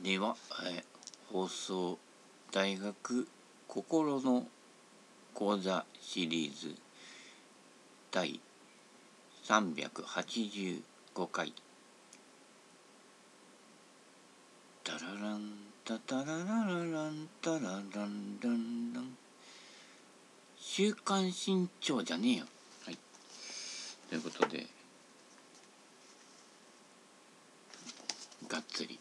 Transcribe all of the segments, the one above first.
では、放送大学心の講座シリーズ第385回タラランタタラララランタラランランラン週刊新潮じゃねえよ。はい。ということでがっつり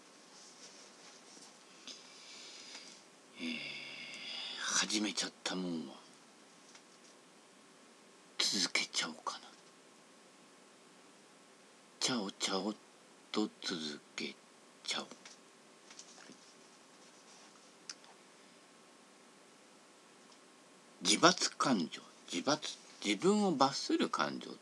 始めちゃったもんは続けちゃおうかな。ちゃおちゃおと続けちゃおう。自罰感情、自分を罰する感情って、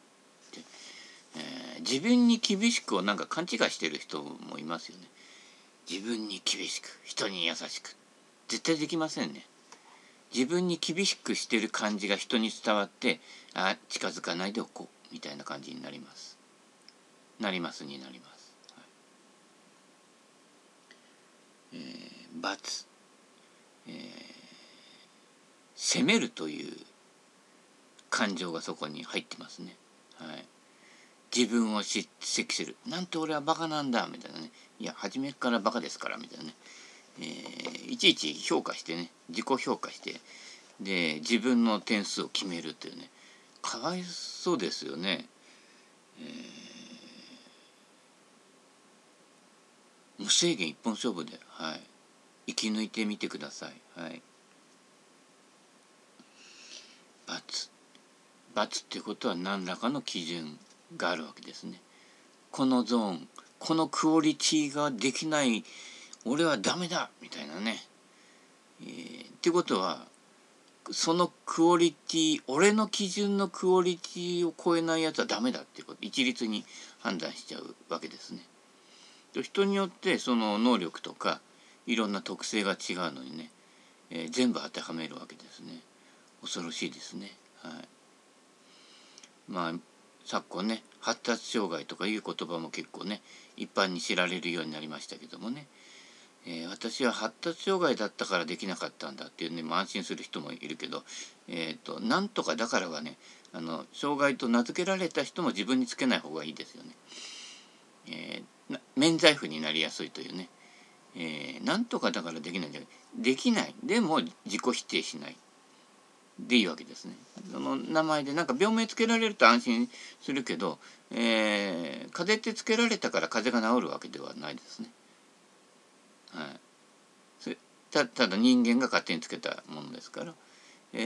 自分に厳しくをなんか勘違いしてる人もいますよね。自分に厳しく、人に優しく、絶対できませんね。自分に厳しくしてる感じが人に伝わって、近づかないでおこうみたいな感じになります。なります。はい、罰、責めるという感情がそこに入ってますね。はい。自分を叱責する。なんて俺はバカなんだみたいなね。いや、初めからバカですからみたいなね。いちいち評価してね、自己評価して、で、自分の点数を決めるというね。かわいそうですよね。無制限一本勝負で、はい。生き抜いてみてください。はい。罰っていうことは何らかの基準があるわけですね。このゾーン、このクオリティができない俺はダメだみたいなね。ってことはそのクオリティ、俺の基準のクオリティを超えないやつはダメだっていうこと、一律に判断しちゃうわけですね。人によってその能力とかいろんな特性が違うのにね、全部当てはめるわけですね。恐ろしいですね。はい。まあ昨今ね、発達障害とかいう言葉も結構ね一般に知られるようになりましたけどもね、私は発達障害だったからできなかったんだっていうね、安心する人もいるけど、なんとかだからはね、障害と名付けられた人も自分につけない方がいいですよね。免罪符になりやすいというね、なんとかだからできないんじゃない、できないでも自己否定しないでいいわけですね。その名前でなんか病名つけられると安心するけど、風邪ってつけられたから風邪が治るわけではないですね。はい、ただ人間が勝手につけたものですから、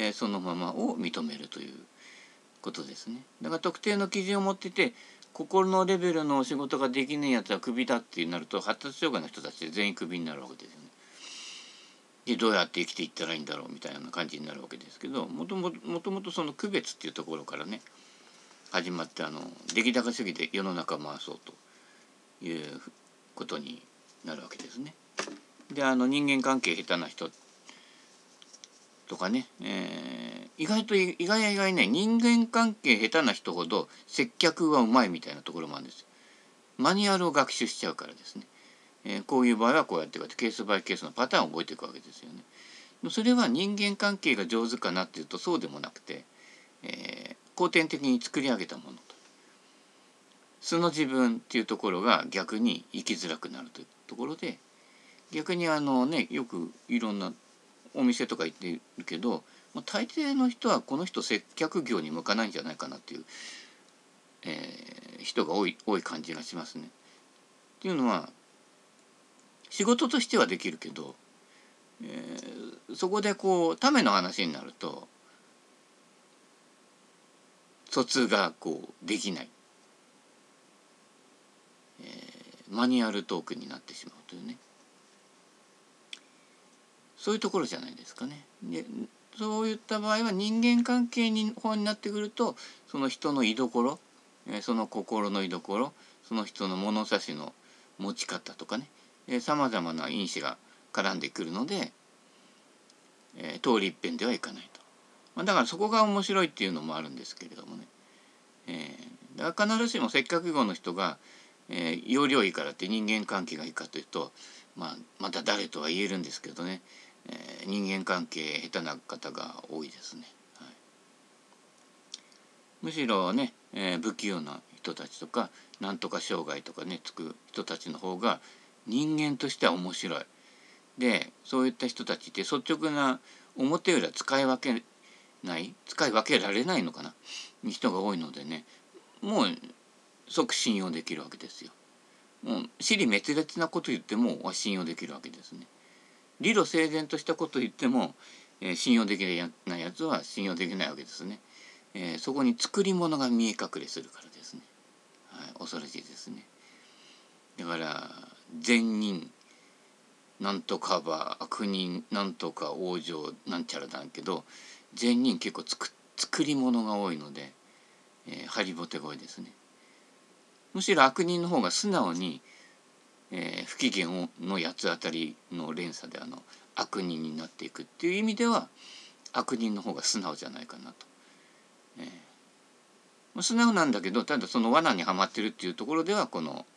そのままを認めるということですね。だから特定の基準を持ってて心のレベルのお仕事ができないやつはクビだってなると発達障害の人たち全員クビになるわけですよね。でどうやって生きていったらいいんだろうみたいな感じになるわけですけど、もともとその区別っていうところからね始まって出来高主義で世の中を回そうということになるわけですね。で人間関係下手な人とかね、意外ね、人間関係下手な人ほど接客はうまいみたいなところもあるんですよ。マニュアルを学習しちゃうからですね。こういう場合はこうやってケースバイケースのパターンを覚えていくわけですよね。それは人間関係が上手かなっていうとそうでもなくて、後天的に作り上げたものと素の自分っていうところが逆に生きづらくなるというところで、逆によくいろんなお店とか行ってるけど、大抵の人はこの人接客業に向かないんじゃないかなっていう、人が多い感じがしますね。っていうのは仕事としてはできるけど、そこでこうための話になると疎通がこうできない、マニュアルトークになってしまうというね、そういうところじゃないですかね。でそういった場合は人間関係に方になってくるとその人の居所、その心の居所、その人の物差しの持ち方とかね、さまざまな因子が絡んでくるので、通り一遍ではいかないと。だからそこが面白いっていうのもあるんですけれどもね、だから必ずしも接客業の人が、要領いいからって人間関係がいいかというと、 また誰とは言えるんですけどね、人間関係下手な方が多いですね。はい、むしろね、不器用な人たちとかなんとか障害とかねつく人たちの方が人間としては面白い。でそういった人たちって率直な表裏使い分けられないのかな人が多いのでね、もう即信用できるわけですよ。もう尻滅裂なこと言っても信用できるわけですね。理路整然としたこと言っても、信用できないやつは信用できないわけですね。そこに作り物が見え隠れするからですね。はい、恐ろしいですね。だから善人なんとかば悪人なんとか往生なんちゃらだけど、善人結構作り物が多いので、ハリボテ声ですね。むしろ悪人の方が素直に、不機嫌の八つ当たりの連鎖で悪人になっていくっていう意味では悪人の方が素直じゃないかなと。素直なんだけどただその罠にはまってるっていうところではこの、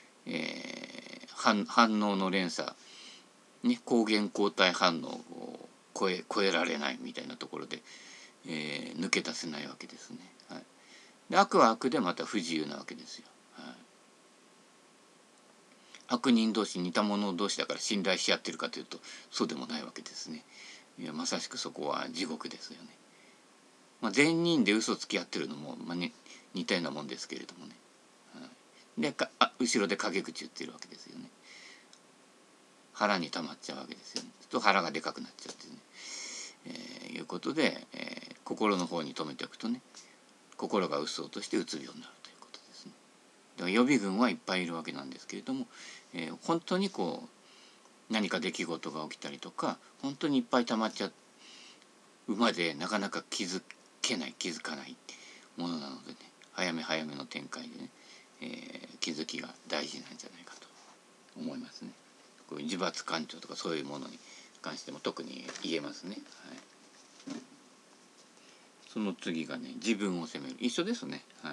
反応の連鎖、ね、抗原抗体反応を超えられないみたいなところで、抜け出せないわけですね。はい、で悪は悪でまた不自由なわけですよ。はい、悪人同士似た者同士だから信頼し合ってるかというとそうでもないわけですね。いやまさしくそこは地獄ですよね。善人で嘘つき合ってるのも、似たようなもんですけれどもね。はい、で後ろで陰口言ってるわけですよね。腹に溜まっちゃうわけですよね。と腹がでかくなっちゃってね、いうことで、心の方に留めておくとね心が嘘としてうつ病になるということですね。だから予備軍はいっぱいいるわけなんですけれども、本当にこう何か出来事が起きたりとか本当にいっぱい溜まっちゃうまでなかなか気づかないものなのでね、早めの展開でね、気づきが大事なんじゃないかと思いますね。こういう自罰感情とかそういうものに関しても特に言えますね。はい、その次がね自分を責める、一緒ですね。はい、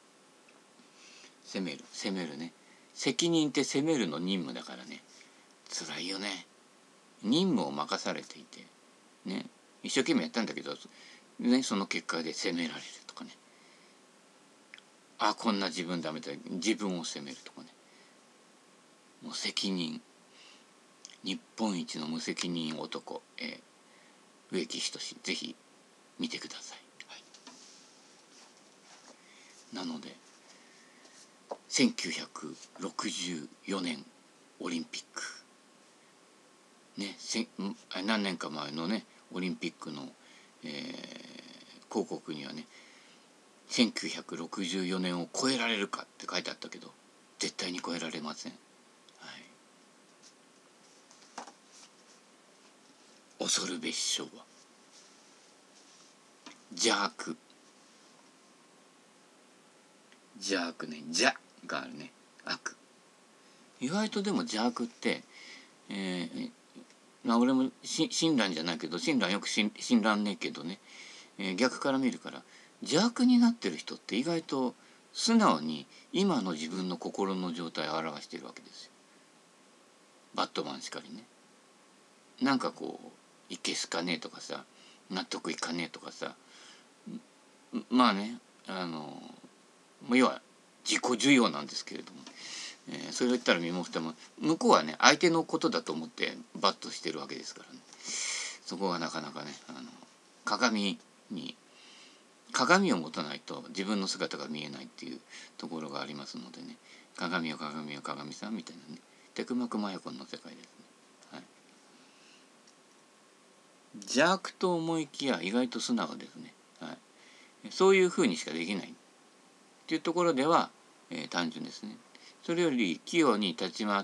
責めるね。責任って責めるの任務だからね辛いよね。任務を任されていてね一生懸命やったんだけどねその結果で責められるとかね、こんな自分ダメだ自分を責めるとかね、もう責任日本一の無責任男、植木仁ぜひ見てください。はい、なので1964年オリンピックね何年か前のねオリンピックの、広告にはね1964年を超えられるかって書いてあったけど絶対に超えられません。はい、恐るべし昭和邪悪ね邪があるね悪。意外とでも邪悪って、俺も親鸞じゃないけど親鸞よく親鸞ねえけどね、逆から見るから邪悪になってる人って意外と素直に今の自分の心の状態を表しているわけですよ。バットマンしかりね。なんかこういけすかねえとかさ納得いかねえとかさまあね要は自己需要なんですけれども、それを言ったら身も蓋も向こうはね相手のことだと思ってバットしてるわけですからね。そこがなかなかね鏡を持たないと自分の姿が見えないっていうところがありますのでね、鏡さんみたいなねテクマクマヤコンの世界ですね。はい、邪悪と思いきや意外と素直ですね。はい、そういうふうにしかできないっていうところでは、単純ですね。それより器用に立ち回って、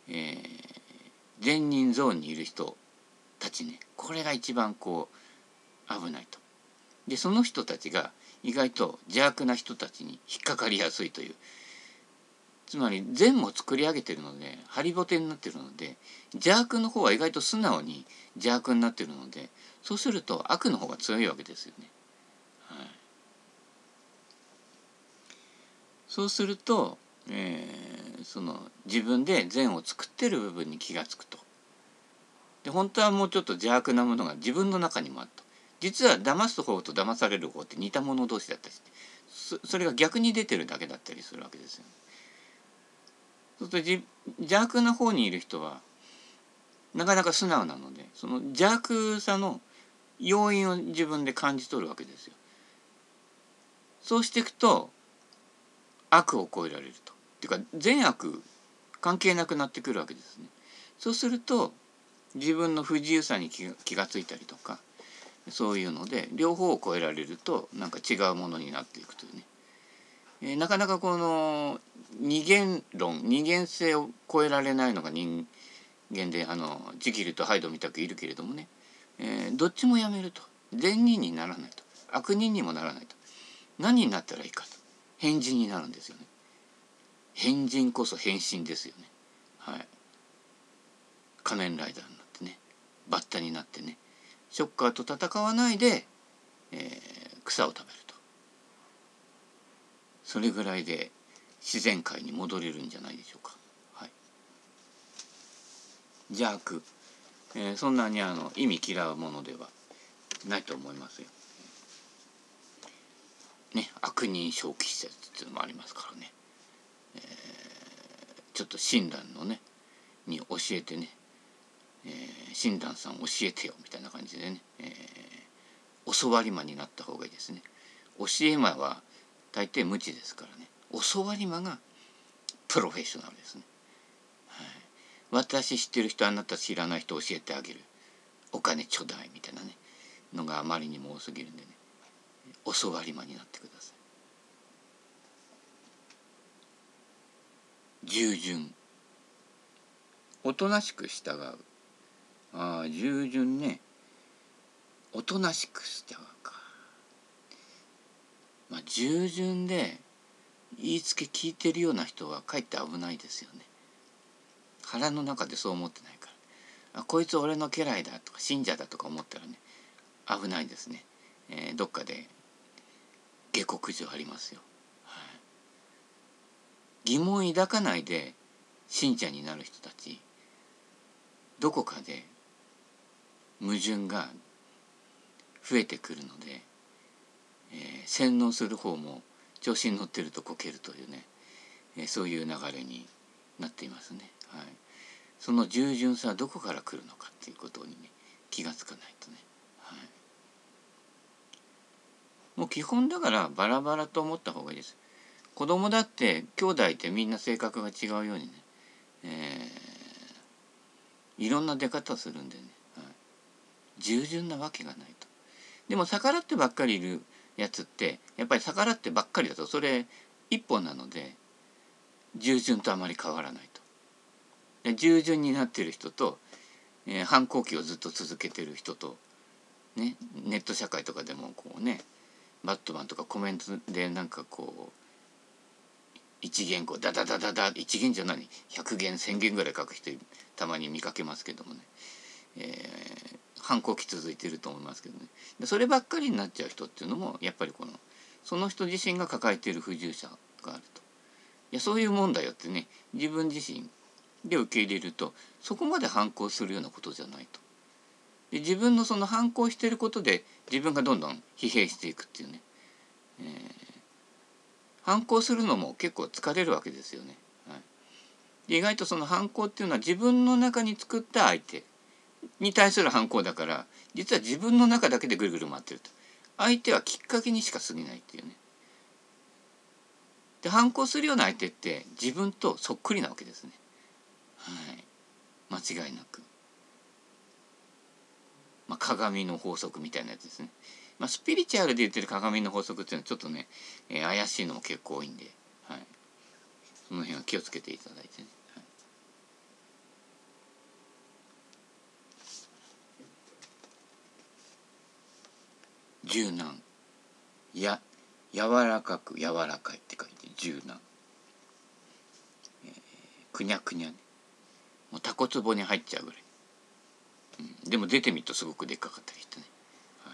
善人ゾーンにいる人たちね、これが一番こう危ないと。でその人たちが意外と邪悪な人たちに引っかかりやすいという、つまり善も作り上げてるのでハリボテになってるので邪悪の方は意外と素直に邪悪になってるので、そうすると悪の方が強いわけですよね。はい、そうすると、 その自分で善を作ってる部分に気がつくと。で本当はもうちょっと邪悪なものが自分の中にもあると。実は騙す方と騙される方って似た者同士だったりして、それが逆に出てるだけだったりするわけですよね。そうすると邪悪な方にいる人はなかなか素直なので、その邪悪さの要因を自分で感じ取るわけですよ。そうしていくと悪を超えられると。っていうか善悪関係なくなってくるわけですね。そうすると自分の不自由さに気がついたりとか、そういうので両方を超えられるとなんか違うものになっていくというね。なかなかこの二元論、二元性を超えられないのが人間で、ジキルとハイドみたくいるけれどもね、どっちもやめると。善人にならないと、悪人にもならないと。何になったらいいかと。変人になるんですよね。変人こそ変身ですよね。はい。仮面ライダーになってね、バッタになってね、ショッカーと戦わないで、草を食べると。それぐらいで自然界に戻れるんじゃないでしょうか。はい。邪悪、そんなに意味嫌うものではないと思いますよ。ね、悪人小気施設っていうのもありますからね。ちょっと親鸞のねに教えてね、親鸞さん教えてよみたいな感じでね、教わり魔になった方がいいですね。教え魔は大抵無知ですからね。教わり魔がプロフェッショナルですね。はい、私知ってる人、あなた知らない人教えてあげる、お金ちょうだいみたいなねのがあまりにも多すぎるんでね、教わり魔になってください。従順、おとなしく従う。従順ね、おとなしく従うか。従順で言いつけ聞いてるような人はかえって危ないですよね。腹の中でそう思ってないから、こいつ俺の家来だとか信者だとか思ったらね、危ないですね。どっかで下克上ありますよ。はい、疑問抱かないで信者になる人たち、どこかで矛盾が増えてくるので、洗脳する方も調子に乗ってるとこけるというね、そういう流れになっていますね。はい、その従順さはどこから来るのかっていうことにね気がつかないとね。はい、もう基本だからバラバラと思った方がいいです。子供だって兄弟ってみんな性格が違うようにね、いろんな出方するんでね、はい、従順なわけがないと。でも逆らってばっかりいるやつってやっぱり逆らってばっかりだとそれ一本なので従順とあまり変わらないと。で従順になっている人と、反抗期をずっと続けてる人と、ね、ネット社会とかでもこうね、バットマンとかコメントでなんかこう一言こうダダダダダ、一言じゃない100言1000言ぐらい書く人たまに見かけますけどもね、反抗期続いていると思いますけどね。でそればっかりになっちゃう人っていうのもやっぱりその人自身が抱えている不自由さがあると。いやそういうもんだよってね、自分自身で受け入れるとそこまで反抗するようなことじゃないと。で自分のその反抗していることで自分がどんどん疲弊していくっていうね、反抗するのも結構疲れるわけですよね。はい、で意外とその反抗っていうのは自分の中に作った相手に対する反抗だから、実は自分の中だけでぐるぐる回ってると。相手はきっかけにしか過ぎないっていうね。で反抗するような相手って自分とそっくりなわけですね。はい、間違いなく。鏡の法則みたいなやつですね。スピリチュアルで言ってる鏡の法則っていうのはちょっとね、怪しいのも結構多いんで、はい、その辺は気をつけていただいてね。はい、柔軟、柔らかく柔らかいって書いて柔軟、くにゃくにゃね、もうタコツボに入っちゃうぐらい、でも出てみるとすごくでっかかったりしてね、はい、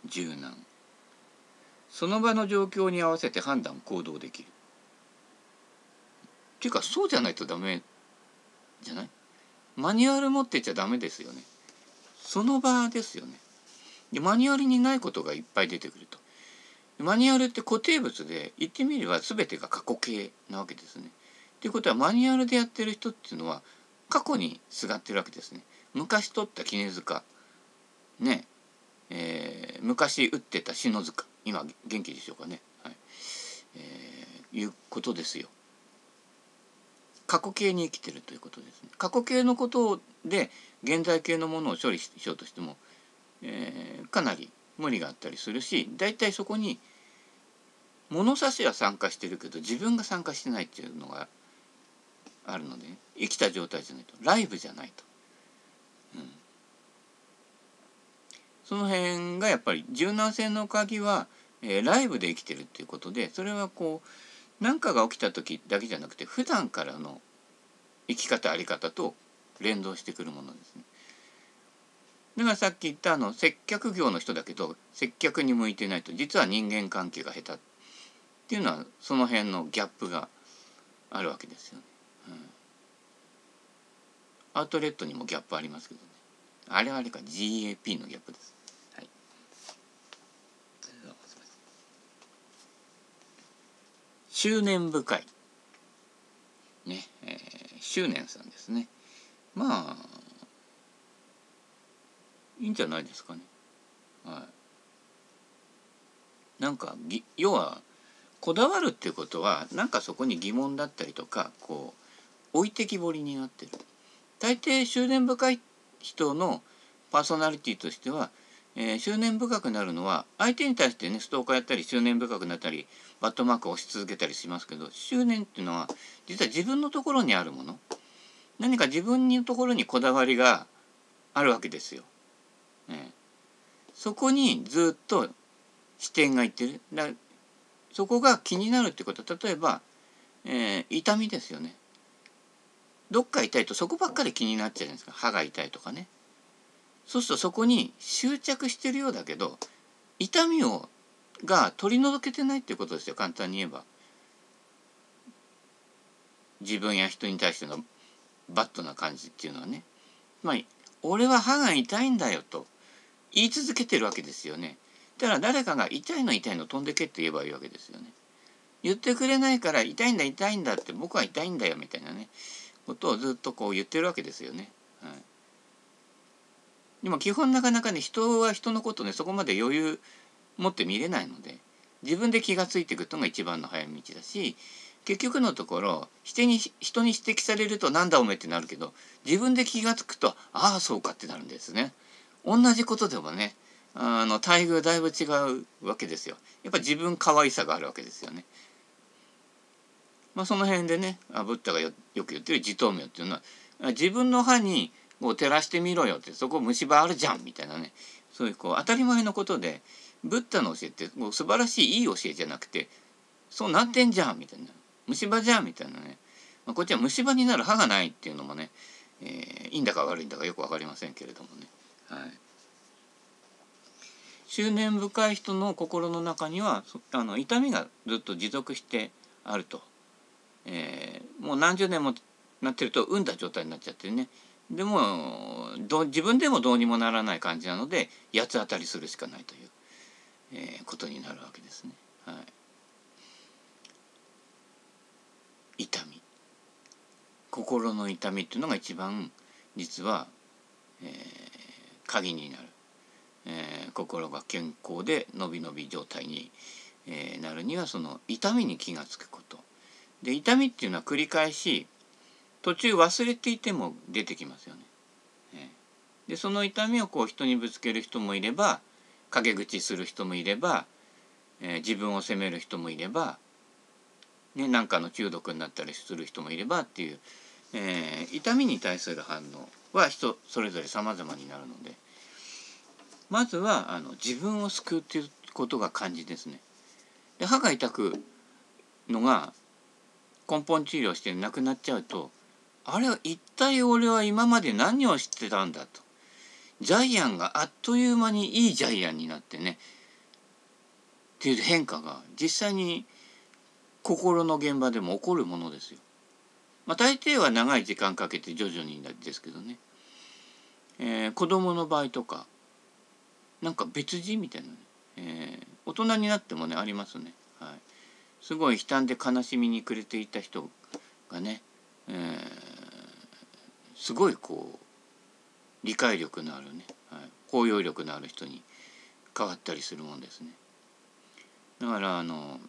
柔軟、その場の状況に合わせて判断行動できる。 っていうかそうじゃないとダメじゃない？マニュアル持ってちゃダメですよね。その場ですよね。でマニュアルにないことがいっぱい出てくると。マニュアルって固定物で言ってみれば全てが過去形なわけですね。ということはマニュアルでやってる人っていうのは過去にすがってるわけですね。昔取った杵塚ね、昔打ってた篠塚、今元気でしょうかね、はい、いうことですよ。過去形に生きてるということですね。過去形のことで現在形のものを処理しようとしても、かなり無理があったりするし、だいたいそこに物差しは参加してるけど自分が参加してないっていうのがあるので、生きた状態じゃないと、ライブじゃないと、その辺がやっぱり柔軟性の鍵は、ライブで生きてるっていうことで、それはこう何かが起きた時だけじゃなくて普段からの生き方あり方と連動してくるものですね。だからさっき言った接客業の人だけど接客に向いてないと、実は人間関係が下手っていうのはその辺のギャップがあるわけですよね。アウトレットにもギャップありますけどね。あれはあれか GAP のギャップです。はい。執念深いね、執念さんですね。まあいいんじゃないですかね。はい。なんか要はこだわるっていうことはなんかそこに疑問だったりとかこう置いてきぼりになってる。大抵執念深い人のパーソナリティとしては、執念深くなるのは相手に対してねストーカーやったり執念深くなったりバットマークを押し続けたりしますけど、執念っていうのは実は自分のところにあるもの、何か自分のところにこだわりがあるわけですよ。そこにずっと視点がいってる。そこが気になるってことは、例えば、痛みですよね。どっか痛いとそこばっかり気になっちゃうじゃないですか。歯が痛いとかね。そうするとそこに執着してるようだけど痛みが取り除けてないっていうことですよ。簡単に言えば自分や人に対してのバッドな感じっていうのはね、つまり俺は歯が痛いんだよと言い続けてるわけですよね。だから誰かが痛いの飛んでけって言えばいいわけですよね。言ってくれないから痛いんだって僕は痛いんだよみたいなねことをずっとこう言ってるわけですよね。はい、でも基本なかなかね人は人のことねそこまで余裕持って見れないので、自分で気がついていくのが一番の早道だし、結局のところ人に指摘されるとなんだおめってなるけど、自分で気がつくとああそうかってなるんですね。同じことでもね待遇だいぶ違うわけですよ。やっぱ自分可愛さがあるわけですよね。その辺でねブッダがよく言ってる自灯明っていうのは自分の歯にこう照らしてみろよって、そこ虫歯あるじゃんみたいなね、そういうこう当たり前のことで、ブッダの教えってもう素晴らしいいい教えじゃなくてそうなってんじゃんみたいな、虫歯じゃんみたいなね、こっちは虫歯になる歯がないっていうのもね、いいんだか悪いんだかよく分かりませんけれどもね。はい、執念深い人の心の中には痛みがずっと持続してあると、もう何十年もなってると産んだ状態になっちゃってね、でも自分でもどうにもならない感じなので八つ当たりするしかないという、ことになるわけですね。はい、痛み、心の痛みっていうのが一番実は、鍵になる、心が健康でのびのび状態に、なるにはその痛みに気がつくことで、痛みっていうのは繰り返し途中忘れていても出てきますよね。でその痛みをこう人にぶつける人もいれば陰口する人もいれば、自分を責める人もいれば、ね、なんかの中毒になったりする人もいればっていう、痛みに対する反応は人それぞれ様々になるので、まずは自分を救うっていうことが肝心ですね。で歯が痛くのが根本治療してなくなっちゃうと、あれは一体俺は今まで何を知ってたんだと、ジャイアンがあっという間にいいジャイアンになってねっていう変化が実際に心の現場でも起こるものですよ。 まあ大抵は長い時間かけて徐々にですけどね、子供の場合とかなんか別人みたいなね、大人になってもねありますね。はい、すごい悲嘆で悲しみに暮れていた人がね、すごいこう理解力のあるね、はい、包容力のある人に変わったりするもんですね。だから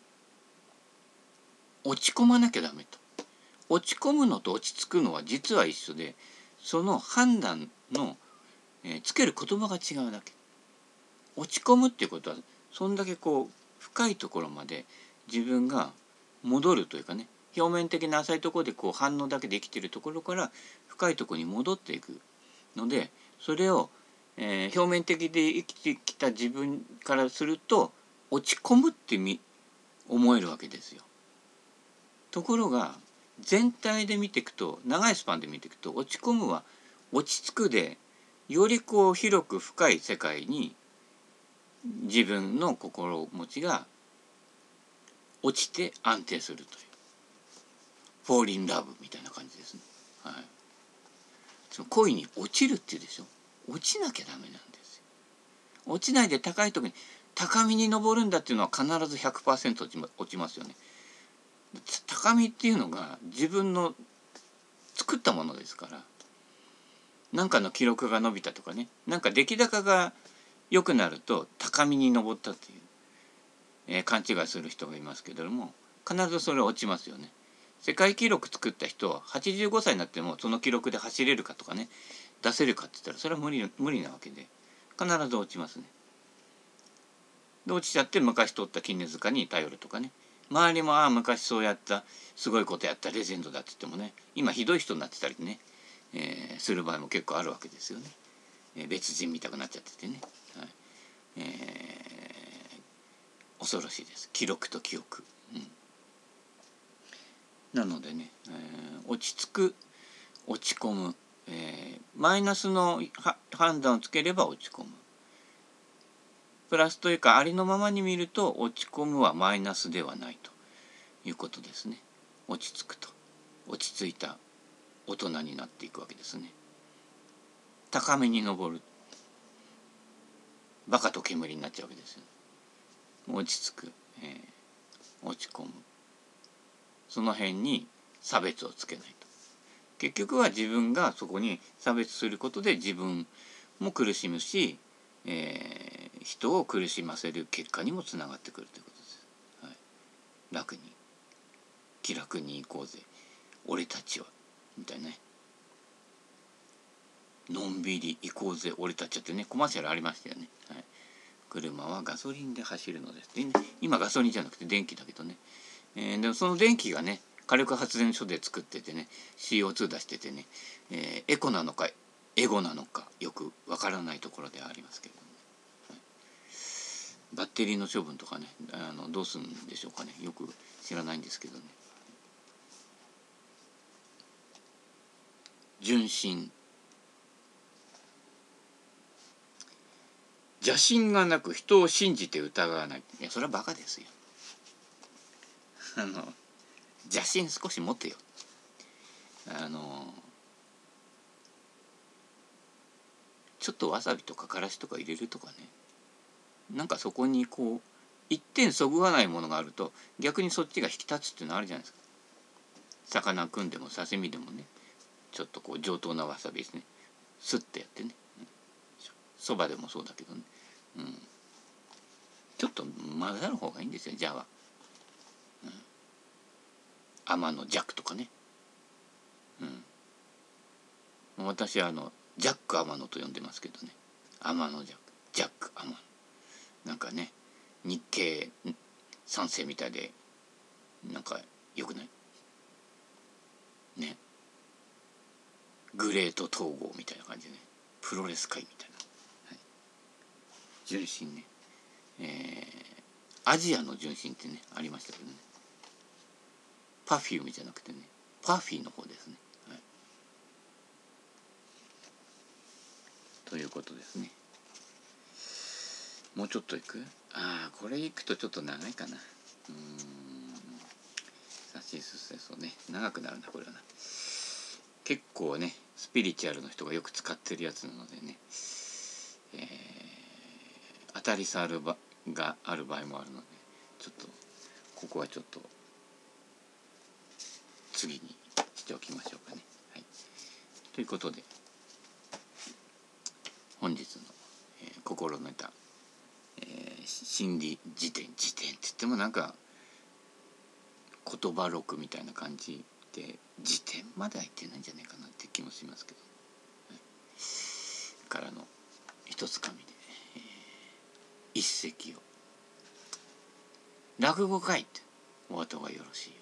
落ち込まなきゃダメと。落ち込むのと落ち着くのは実は一緒で、その判断の、つける言葉が違うだけ。落ち込むっていうことはそんだけこう深いところまで自分が戻るというかね、表面的な浅いところでこう反応だけで生きているところから深いところに戻っていくので、それを、表面的で生きてきた自分からすると落ち込むって思えるわけですよ。ところが全体で見ていくと、長いスパンで見ていくと、落ち込むは落ち着くで、よりこう広く深い世界に自分の心持ちが落ちて安定するという、フォーリンラブみたいな感じですね。はい、その恋に落ちるっていうでしょ。落ちなきゃダメなんですよ。落ちないで高いところに高みに登るんだっていうのは必ず 100% 落ちますよね。高みっていうのが自分の作ったものですから、何かの記録が伸びたとかね、なんか出来高が良くなると高みに登ったっていう、勘違いする人がいますけれども、必ずそれは落ちますよね。世界記録作った人は85歳になってもその記録で走れるかとかね、出せるかって言ったらそれは無理なわけで、必ず落ちますね。で落ちちゃって昔取った金塚に頼るとかね、周りも昔そうやったすごいことやったレジェンドだって言ってもね、今ひどい人になってたりね、する場合も結構あるわけですよね。別人みたくなっちゃっててね、はい、恐ろしいです、記録と記憶。なのでね、落ち着く、落ち込む、マイナスの判断をつければ落ち込む、プラスというかありのままに見ると落ち込むはマイナスではないということですね。落ち着くと落ち着いた大人になっていくわけですね。高めに登る、バカと煙になっちゃうわけですよ。落ち着く、落ち込む、その辺に差別をつけないと。結局は自分がそこに差別することで自分も苦しむし、人を苦しませる結果にもつながってくるということです。はい、楽に気楽に行こうぜ俺たちはみたいなね、のんびり行こうぜ俺たちはってね、コマーシャルありましたよね。はい、車はガソリンで走るのです。で今ガソリンじゃなくて電気だけどね、でもその電気がね火力発電所で作っててね CO2 出しててね、エコなのかエゴなのかよくわからないところではありますけれども、はい、バッテリーの処分とかねどうするんでしょうかね、よく知らないんですけどね。純真、邪心がなく人を信じて疑わない。いやそれはバカですよ。邪心少し持ってよ。ちょっとわさびとかからしとか入れるとかね、なんかそこにこう一点そぐわないものがあると逆にそっちが引き立つっていうのあるじゃないですか。魚くんでも刺身でもね、ちょっとこう上等なわさびですね、スッてやってね、そばでもそうだけどね、ちょっと混ざる方がいいんですよ、じゃあは。天の弱とかね、私はジャック天野と呼んでますけどね、天の弱、ジャック天野、なんかね日系三世みたいでなんかよくないね、グレート統合みたいな感じでね、プロレス界みたいな、はい、純真ね、アジアの純真ってねありましたけどね、パフュームじゃなくてねパフィーの方ですね、はい、ということですね。もうちょっといく？これいくとちょっと長いかな。 さしすせそね、長くなるなこれはな。結構ねスピリチュアルの人がよく使ってるやつなのでね、当たり障るがある場合もあるので、ちょっとここはちょっと次にしておきましょうかね。はい、ということで本日の、心ネタ、心理辞典って言ってもなんか言葉録みたいな感じで辞典までは言ってないんじゃないかなって気もしますけど、はい、からの一つかみで、一席を落語会ってお後がよろしいよ